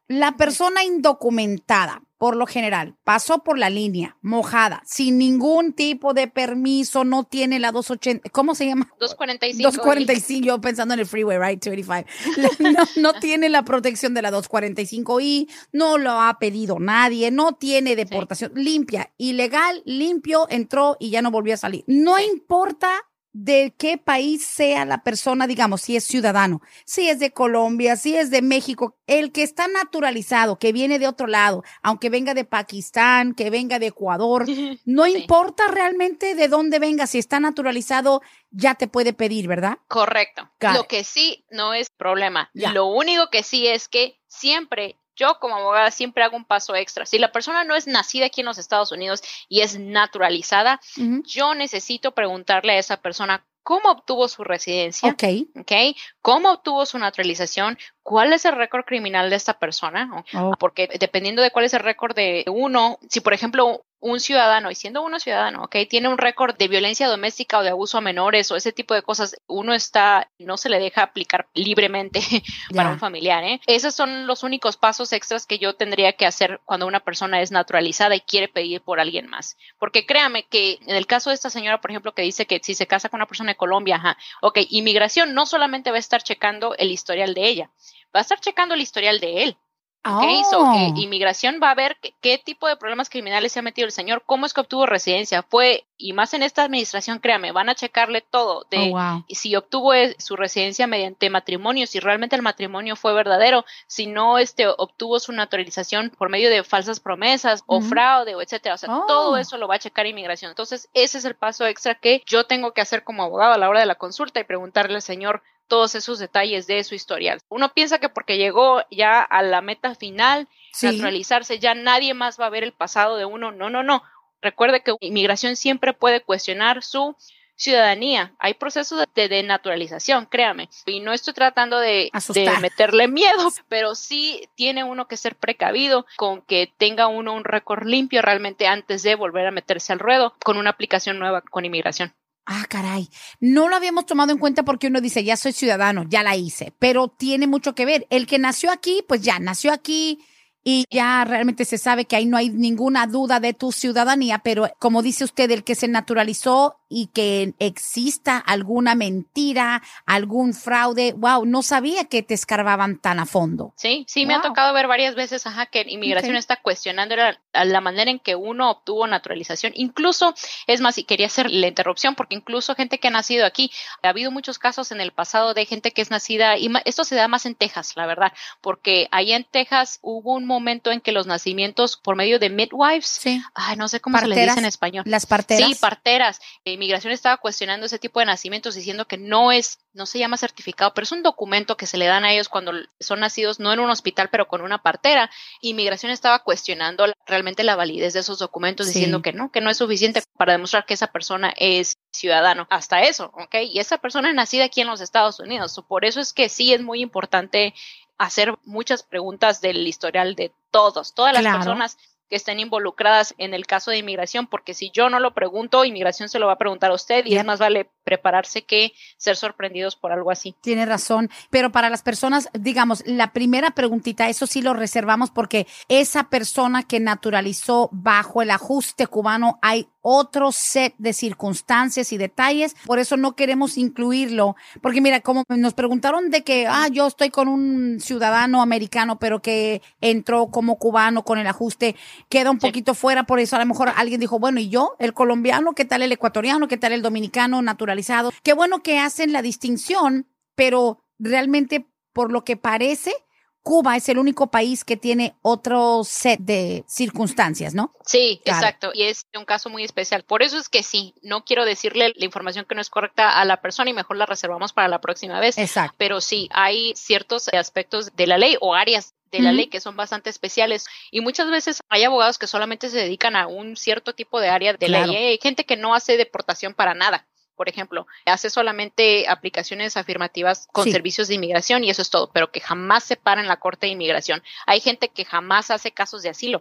La persona indocumentada, por lo general, pasó por la línea, mojada, sin ningún tipo de permiso, no tiene la doscientos ochenta, ¿cómo se llama? doscientos cuarenta y cinco. doscientos cuarenta y cinco, yo pensando en el freeway, right, doscientos ochenta y cinco. No, no tiene la protección de la doscientos cuarenta y cinco y no lo ha pedido nadie, no tiene deportación, sí. Limpia, ilegal, limpio, entró y ya no volvió a salir. No sí. importa de qué país sea la persona, digamos, si es ciudadano, si es de Colombia, si es de México, el que está naturalizado, que viene de otro lado, aunque venga de Pakistán, que venga de Ecuador, no sí. importa realmente de dónde venga, si está naturalizado, ya te puede pedir, ¿verdad? Correcto. Got Lo it. Que sí no es problema. Yeah. Lo único que sí es que siempre yo como abogada siempre hago un paso extra. Si la persona no es nacida aquí en los Estados Unidos y es naturalizada, uh-huh. yo necesito preguntarle a esa persona cómo obtuvo su residencia, okay. Okay, cómo obtuvo su naturalización, cuál es el récord criminal de esta persona, oh. porque dependiendo de cuál es el récord de uno, si por ejemplo un ciudadano, y siendo uno ciudadano, ok, tiene un récord de violencia doméstica o de abuso a menores o ese tipo de cosas, uno está, no se le deja aplicar libremente para yeah. un familiar, ¿eh? Esos son los únicos pasos extras que yo tendría que hacer cuando una persona es naturalizada y quiere pedir por alguien más. Porque créame que en el caso de esta señora, por ejemplo, que dice que si se casa con una persona de Colombia, ajá, ok, inmigración no solamente va a estar checando el historial de ella, va a estar checando el historial de él. Okay, oh. so, eh, inmigración va a ver qué, qué tipo de problemas criminales se ha metido el señor, cómo es que obtuvo residencia, fue, y más en esta administración, créame, van a checarle todo de oh, wow. si obtuvo su residencia mediante matrimonio, si realmente el matrimonio fue verdadero, si no este obtuvo su naturalización por medio de falsas promesas o mm-hmm. fraude, o etcétera. O sea, oh. todo eso lo va a checar inmigración. Entonces, ese es el paso extra que yo tengo que hacer como abogado a la hora de la consulta y preguntarle al señor todos esos detalles de su historial. Uno piensa que porque llegó ya a la meta final, sí. naturalizarse, ya nadie más va a ver el pasado de uno. No, no, no. Recuerde que inmigración siempre puede cuestionar su ciudadanía. Hay procesos de, de naturalización, créame. Y no estoy tratando de, de meterle miedo, pero sí tiene uno que ser precavido con que tenga uno un récord limpio realmente antes de volver a meterse al ruedo con una aplicación nueva con inmigración. Ah, caray. No lo habíamos tomado en cuenta porque uno dice, ya soy ciudadano, ya la hice, pero tiene mucho que ver. El que nació aquí, pues ya nació aquí y ya realmente se sabe que ahí no hay ninguna duda de tu ciudadanía, pero como dice usted, el que se naturalizó y que exista alguna mentira, algún fraude, wow, no sabía que te escarbaban tan a fondo. Sí, sí, wow. me ha tocado ver varias veces, ajá, que inmigración okay. está cuestionando la, la manera en que uno obtuvo naturalización. Incluso, es más, y quería hacer la interrupción, porque incluso gente que ha nacido aquí, ha habido muchos casos en el pasado de gente que es nacida, y esto se da más en Texas, la verdad, porque ahí en Texas hubo un momento en que los nacimientos por medio de midwives, sí. ay, no sé cómo parteras, se les dice en español. Las parteras. Sí, parteras. Inmigración estaba cuestionando ese tipo de nacimientos diciendo que no es, no se llama certificado, pero es un documento que se le dan a ellos cuando son nacidos, no en un hospital, pero con una partera. Inmigración estaba cuestionando realmente la validez de esos documentos, sí. diciendo que no, que no es suficiente para demostrar que esa persona es ciudadano. Hasta eso, ¿ok? Y esa persona es nacida aquí en los Estados Unidos. So, por eso es que sí es muy importante hacer muchas preguntas del historial de todos, todas las claro. personas que estén involucradas en el caso de inmigración, porque si yo no lo pregunto, inmigración se lo va a preguntar a usted y yep. es más vale prepararse que ser sorprendidos por algo así. Tiene razón, pero para las personas, digamos, la primera preguntita, eso sí lo reservamos porque esa persona que naturalizó bajo el ajuste cubano, hay otro set de circunstancias y detalles, por eso no queremos incluirlo, porque mira, como nos preguntaron de que, ah, yo estoy con un ciudadano americano, pero que entró como cubano con el ajuste, queda un sí. poquito fuera, por eso a lo mejor alguien dijo, bueno, ¿y yo? ¿El colombiano? ¿Qué tal el ecuatoriano? ¿Qué tal el dominicano naturalizado? Qué bueno que hacen la distinción, pero realmente, por lo que parece, Cuba es el único país que tiene otro set de circunstancias, ¿no? Sí, claro. Exacto. Y es un caso muy especial. Por eso es que sí, no quiero decirle la información que no es correcta a la persona y mejor la reservamos para la próxima vez. Exacto. Pero sí, hay ciertos aspectos de la ley o áreas de la uh-huh. ley que son bastante especiales y muchas veces hay abogados que solamente se dedican a un cierto tipo de área de claro. ley. Hay gente que no hace deportación para nada. Por ejemplo, hace solamente aplicaciones afirmativas con sí. servicios de inmigración y eso es todo, pero que jamás se para en la corte de inmigración. Hay gente que jamás hace casos de asilo.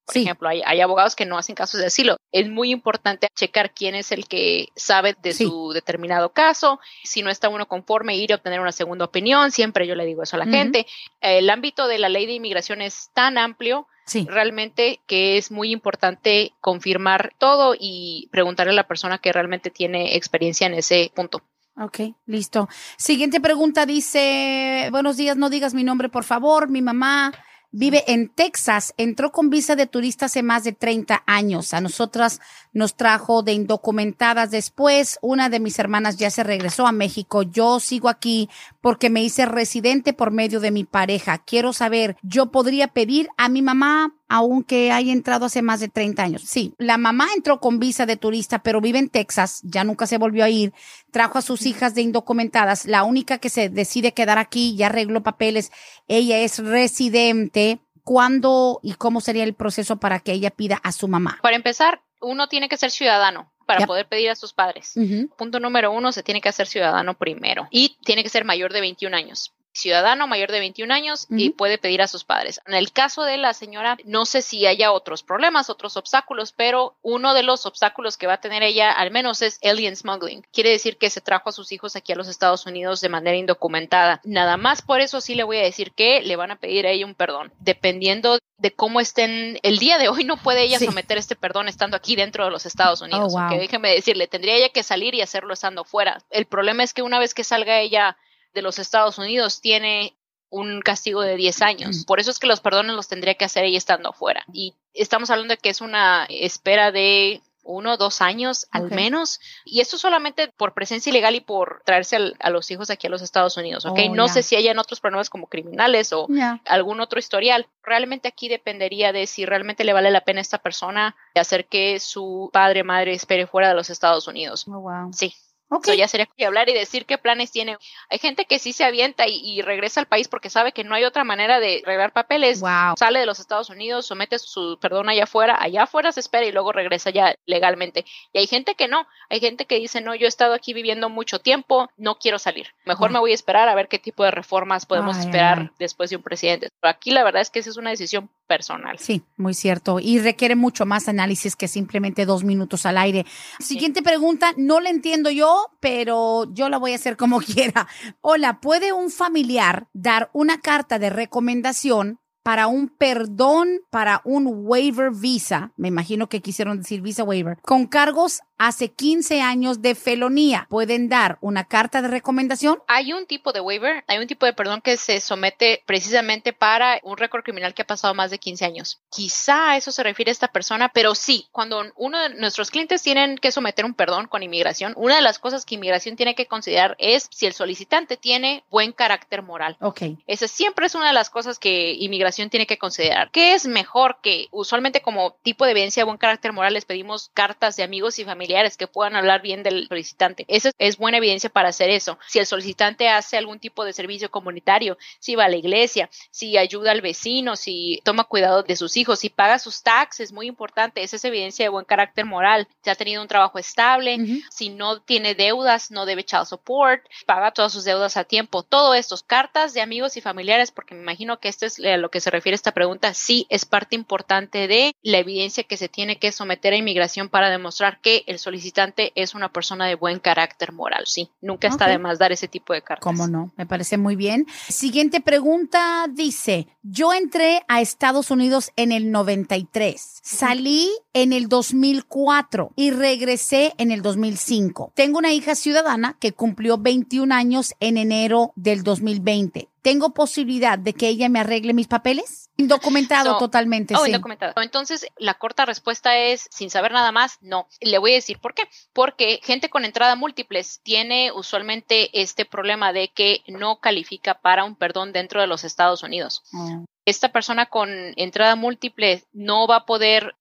Por Sí. ejemplo, hay, hay abogados que no hacen casos de asilo. Es muy importante checar quién es el que sabe de Sí. su determinado caso. Si no está uno conforme, ir a obtener una segunda opinión. Siempre yo le digo eso a la Ujú. gente. El ámbito de la ley de inmigración es tan amplio Sí. realmente que es muy importante confirmar todo y preguntarle a la persona que realmente tiene experiencia en ese punto. Ok, listo. Siguiente pregunta dice, buenos días, no digas mi nombre, por favor. Mi mamá vive en Texas, entró con visa de turista hace más de treinta años. A nosotras nos trajo de indocumentadas después. Una de mis hermanas ya se regresó a México. Yo sigo aquí porque me hice residente por medio de mi pareja. Quiero saber, ¿yo podría pedir a mi mamá aunque haya entrado hace más de treinta años? Sí, la mamá entró con visa de turista, pero vive en Texas, ya nunca se volvió a ir, trajo a sus hijas de indocumentadas, la única que se decide quedar aquí, ya arregló papeles, ella es residente. ¿Cuándo y cómo sería el proceso para que ella pida a su mamá? Para empezar, uno tiene que ser ciudadano para Yep. poder pedir a sus padres. Uh-huh. Punto número uno, se tiene que hacer ciudadano primero y tiene que ser mayor de veintiún años. Ciudadano mayor de veintiún años uh-huh. y puede pedir a sus padres. En el caso de la señora, no sé si haya otros problemas, otros obstáculos, pero uno de los obstáculos que va a tener ella al menos es alien smuggling. Quiere decir que se trajo a sus hijos aquí a los Estados Unidos de manera indocumentada. Nada más por eso sí le voy a decir que le van a pedir a ella un perdón. Dependiendo de cómo estén, el día de hoy no puede ella sí. someter este perdón estando aquí dentro de los Estados Unidos. Oh, wow. Okay, déjeme decirle, tendría ella que salir y hacerlo estando fuera. El problema es que una vez que salga ella de los Estados Unidos tiene un castigo de diez años. Por eso es que los perdones los tendría que hacer ella estando afuera. Y estamos hablando de que es una espera de uno o dos años al okay. menos. Y esto solamente por presencia ilegal y por traerse al, a los hijos aquí a los Estados Unidos. ¿Ok? Oh, no yeah. sé si hayan otros problemas como criminales o yeah. algún otro historial. Realmente aquí dependería de si realmente le vale la pena a esta persona hacer que su padre o madre espere fuera de los Estados Unidos. Oh, wow. Sí. Okay. So ya sería que hablar y decir qué planes tiene. Hay gente que sí se avienta y, y regresa al país porque sabe que no hay otra manera de arreglar papeles. Wow. Sale de los Estados Unidos, somete su perdón allá afuera, allá afuera se espera y luego regresa ya legalmente. Y hay gente que no, hay gente que dice, no, yo he estado aquí viviendo mucho tiempo, no quiero salir. Mejor wow. me voy a esperar a ver qué tipo de reformas podemos ay, esperar ay. después de un presidente. Pero aquí la verdad es que esa es una decisión personal. Sí, muy cierto. Y requiere mucho más análisis que simplemente dos minutos al aire. Siguiente sí. pregunta, no la entiendo yo, pero yo la voy a hacer como quiera. Hola, ¿puede un familiar dar una carta de recomendación para un perdón, para un waiver visa? Me imagino que quisieron decir visa waiver. Con cargos hace quince años de felonía. ¿Pueden dar una carta de recomendación? Hay un tipo de waiver, hay un tipo de perdón que se somete precisamente para un récord criminal que ha pasado más de quince años. Quizá a eso se refiere esta persona, pero sí, cuando uno de nuestros clientes tienen que someter un perdón con inmigración, una de las cosas que inmigración tiene que considerar es si el solicitante tiene buen carácter moral. Ok. Esa siempre es una de las cosas que inmigración tiene que considerar. ¿Qué es mejor que usualmente como tipo de evidencia de buen carácter moral les pedimos cartas de amigos y familiares que puedan hablar bien del solicitante? Esa es buena evidencia para hacer eso. Si el solicitante hace algún tipo de servicio comunitario, si va a la iglesia, si ayuda al vecino, si toma cuidado de sus hijos, si paga sus taxes, muy importante, esa es evidencia de buen carácter moral. Si ha tenido un trabajo estable, uh-huh. si no tiene deudas, no debe child support, paga todas sus deudas a tiempo. Todo esto, cartas de amigos y familiares, porque me imagino que esto es a lo que se refiere esta pregunta, sí es parte importante de la evidencia que se tiene que someter a inmigración para demostrar que el solicitante es una persona de buen carácter moral. Sí, nunca está okay. de más dar ese tipo de cartas. ¿Cómo no? Me parece muy bien. Siguiente pregunta dice, yo entré a Estados Unidos en el noventa y tres, salí en el dos mil cuatro y regresé en el dos mil cinco. Tengo una hija ciudadana que cumplió veintiún años en enero del dos mil veinte. ¿Tengo posibilidad de que ella me arregle mis papeles? Indocumentado no. totalmente, oh, sí. Indocumentado. Entonces, la corta respuesta es, sin saber nada más, no. Le voy a decir por qué. Porque gente con entrada múltiples tiene usualmente este problema de que no califica para un perdón dentro de los Estados Unidos. Oh. Esta persona con entrada múltiple no va a poder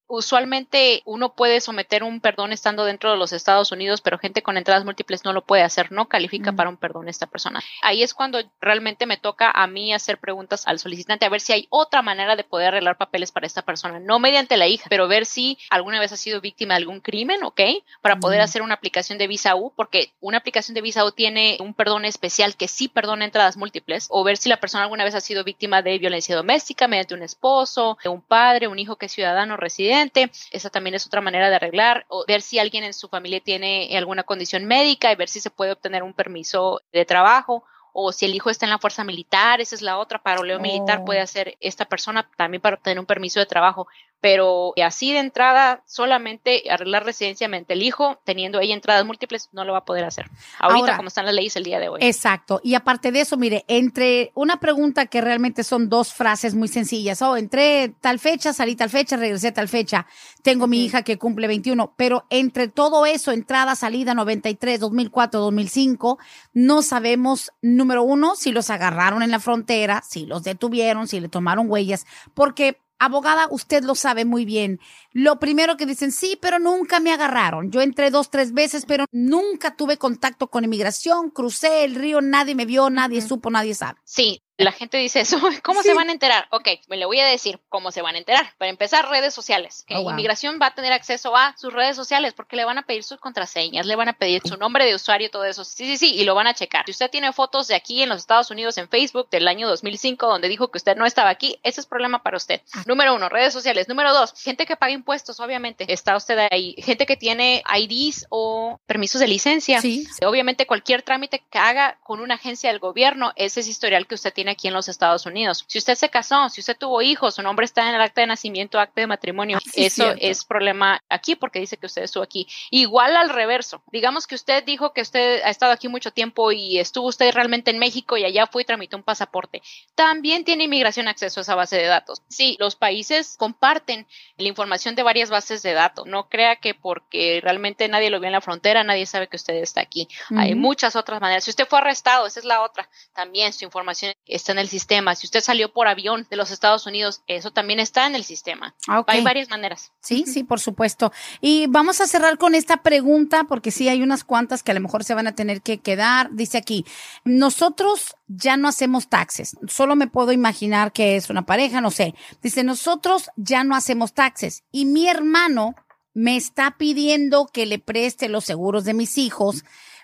usualmente uno puede someter un perdón estando dentro de los Estados Unidos, pero gente con entradas múltiples no lo puede hacer, no califica mm. para un perdón esta persona. Ahí es cuando realmente me toca a mí hacer preguntas al solicitante a ver si hay otra manera de poder arreglar papeles para esta persona, no mediante la hija, pero ver si alguna vez ha sido víctima de algún crimen, ¿ok? Para poder mm. hacer una aplicación de visa U, porque una aplicación de visa U tiene un perdón especial que sí perdona entradas múltiples, o ver si la persona alguna vez ha sido víctima de violencia doméstica mediante un esposo, de un padre, un hijo que es ciudadano residente. Esa también es otra manera de arreglar, o ver si alguien en su familia tiene alguna condición médica y ver si se puede obtener un permiso de trabajo, o si el hijo está en la fuerza militar, esa es la otra paroleo oh. militar, puede hacer esta persona también para obtener un permiso de trabajo. Pero así de entrada, solamente arreglar residencia mediante el hijo, teniendo ahí entradas múltiples, no lo va a poder hacer. Ahorita, Ahora, como están las leyes el día de hoy. Exacto. Y aparte de eso, mire, entre una pregunta que realmente son dos frases muy sencillas. Oh, entré tal fecha, salí tal fecha, regresé tal fecha. Tengo uh-huh. mi hija que cumple veintiuno. Pero entre todo eso, entrada, salida, noventa y tres, dos mil cuatro, dos mil cinco, no sabemos, número uno, si los agarraron en la frontera, si los detuvieron, si le tomaron huellas, porque abogada, usted lo sabe muy bien. Lo primero que dicen, sí, pero nunca me agarraron. Yo entré dos, tres veces, pero nunca tuve contacto con inmigración. Crucé el río, nadie me vio, nadie uh-huh. supo, nadie sabe. Sí. La gente dice eso. ¿Cómo sí. se van a enterar? Ok, me le voy a decir cómo se van a enterar. Para empezar, redes sociales. Okay. Oh, wow. Inmigración va a tener acceso a sus redes sociales porque le van a pedir sus contraseñas, le van a pedir su nombre de usuario, todo eso. Sí, sí, sí, y lo van a checar. Si usted tiene fotos de aquí en los Estados Unidos en Facebook del año dos mil cinco donde dijo que usted no estaba aquí, ese es problema para usted. Ah. Número uno, redes sociales. Número dos, gente que paga impuestos, obviamente. Está usted ahí. Gente que tiene I Ds o permisos de licencia. Sí. Obviamente, cualquier trámite que haga con una agencia del gobierno, ese es historial que usted tiene aquí en los Estados Unidos. Si usted se casó, si usted tuvo hijos, su nombre está en el acta de nacimiento, acta de matrimonio, sí, eso cierto. Es problema aquí porque dice que usted estuvo aquí. Igual al reverso, digamos que usted dijo que usted ha estado aquí mucho tiempo y estuvo usted realmente en México y allá fue y tramitó un pasaporte. También tiene inmigración acceso a esa base de datos. Sí, los países comparten la información de varias bases de datos. No crea que porque realmente nadie lo vio en la frontera, nadie sabe que usted está aquí. Uh-huh. Hay muchas otras maneras. Si usted fue arrestado, esa es la otra. También su información está en el sistema. Si usted salió por avión de los Estados Unidos, eso también está en el sistema. Okay. Hay varias maneras. Sí, sí, por supuesto. Y vamos a cerrar con esta pregunta, porque sí hay unas cuantas que a lo mejor se van a tener que quedar. Dice aquí, nosotros ya no hacemos taxes. Solo me puedo imaginar que es una pareja, no sé. Dice, nosotros ya no hacemos taxes. Y mi hermano me está pidiendo que le preste los seguros de mis hijos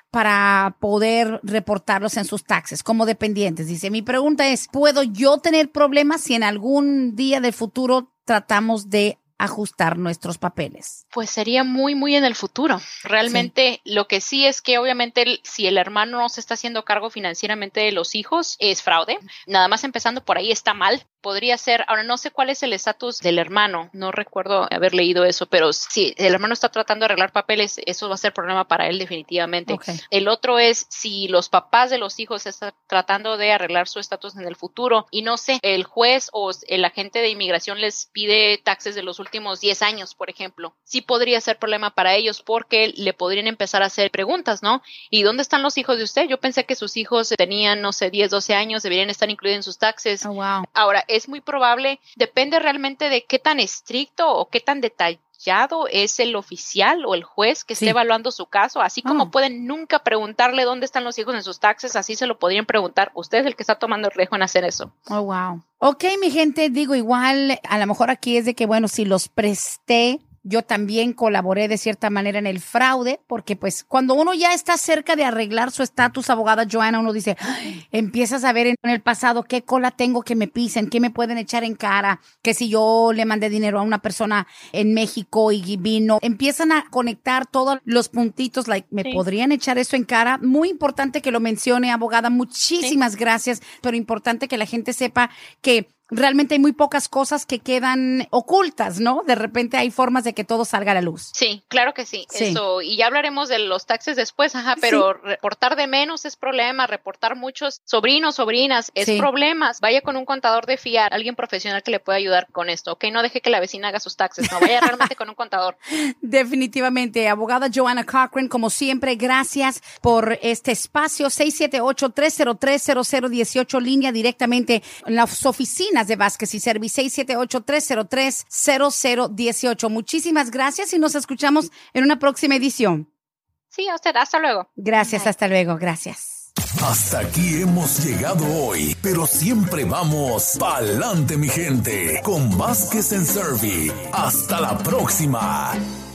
para poder reportarlos en sus taxes como dependientes. Dice, mi pregunta es, ¿puedo yo tener problemas si en algún día del futuro tratamos de ajustar nuestros papeles? Pues sería muy, muy en el futuro. Realmente sí. Lo que sí es que obviamente el, si el hermano no se está haciendo cargo financieramente de los hijos, es fraude. Nada más empezando por ahí está mal. Podría ser, ahora no sé cuál es el estatus del hermano, no recuerdo haber leído eso, pero si el hermano está tratando de arreglar papeles, eso va a ser problema para él definitivamente. Okay. El otro es si los papás de los hijos están tratando de arreglar su estatus en el futuro y no sé, el juez o el agente de inmigración les pide taxes de los últimos diez años, por ejemplo. Sí podría ser problema para ellos porque le podrían empezar a hacer preguntas, ¿no? ¿Y dónde están los hijos de usted? Yo pensé que sus hijos tenían, no sé, diez, doce años, deberían estar incluidos en sus taxes. Oh, wow. Ahora, es muy probable, depende realmente de qué tan estricto o qué tan detallado es el oficial o el juez que sí. esté evaluando su caso, así como oh. pueden nunca preguntarle dónde están los hijos en sus taxes, así se lo podrían preguntar. Usted es el que está tomando el riesgo en hacer eso. Oh, wow. Ok, mi gente, digo igual, a lo mejor aquí es de que, bueno, si los presté, yo también colaboré de cierta manera en el fraude, porque pues cuando uno ya está cerca de arreglar su estatus, abogada Joanna, uno dice, empiezas a ver en el pasado qué cola tengo que me pisen, qué me pueden echar en cara, que si yo le mandé dinero a una persona en México y vino, empiezan a conectar todos los puntitos, like, me sí. podrían echar eso en cara. Muy importante que lo mencione, abogada, muchísimas sí. gracias, pero importante que la gente sepa que realmente hay muy pocas cosas que quedan ocultas, ¿no? De repente hay formas de que todo salga a la luz. Sí, claro que sí. sí. Eso, y ya hablaremos de los taxes después, ajá, pero sí. reportar de menos es problema, reportar muchos sobrinos, sobrinas es sí. problemas. Vaya con un contador de fiar, alguien profesional que le pueda ayudar con esto, ¿ok? No deje que la vecina haga sus taxes, no, vaya realmente con un contador. Definitivamente. Abogada Joanna Cochran, como siempre, gracias por este espacio. seis siete ocho, tres cero tres, cero cero uno ocho, línea directamente en las oficinas oficinas de Vázquez y Servi, seis siete ocho, tres cero tres, cero cero uno ocho. Muchísimas gracias y nos escuchamos en una próxima edición. Sí, a usted. Hasta luego. Gracias, Bye. hasta luego. Gracias. Hasta aquí hemos llegado hoy, pero siempre vamos pa'lante, mi gente, con Vázquez en Servi. Hasta la próxima.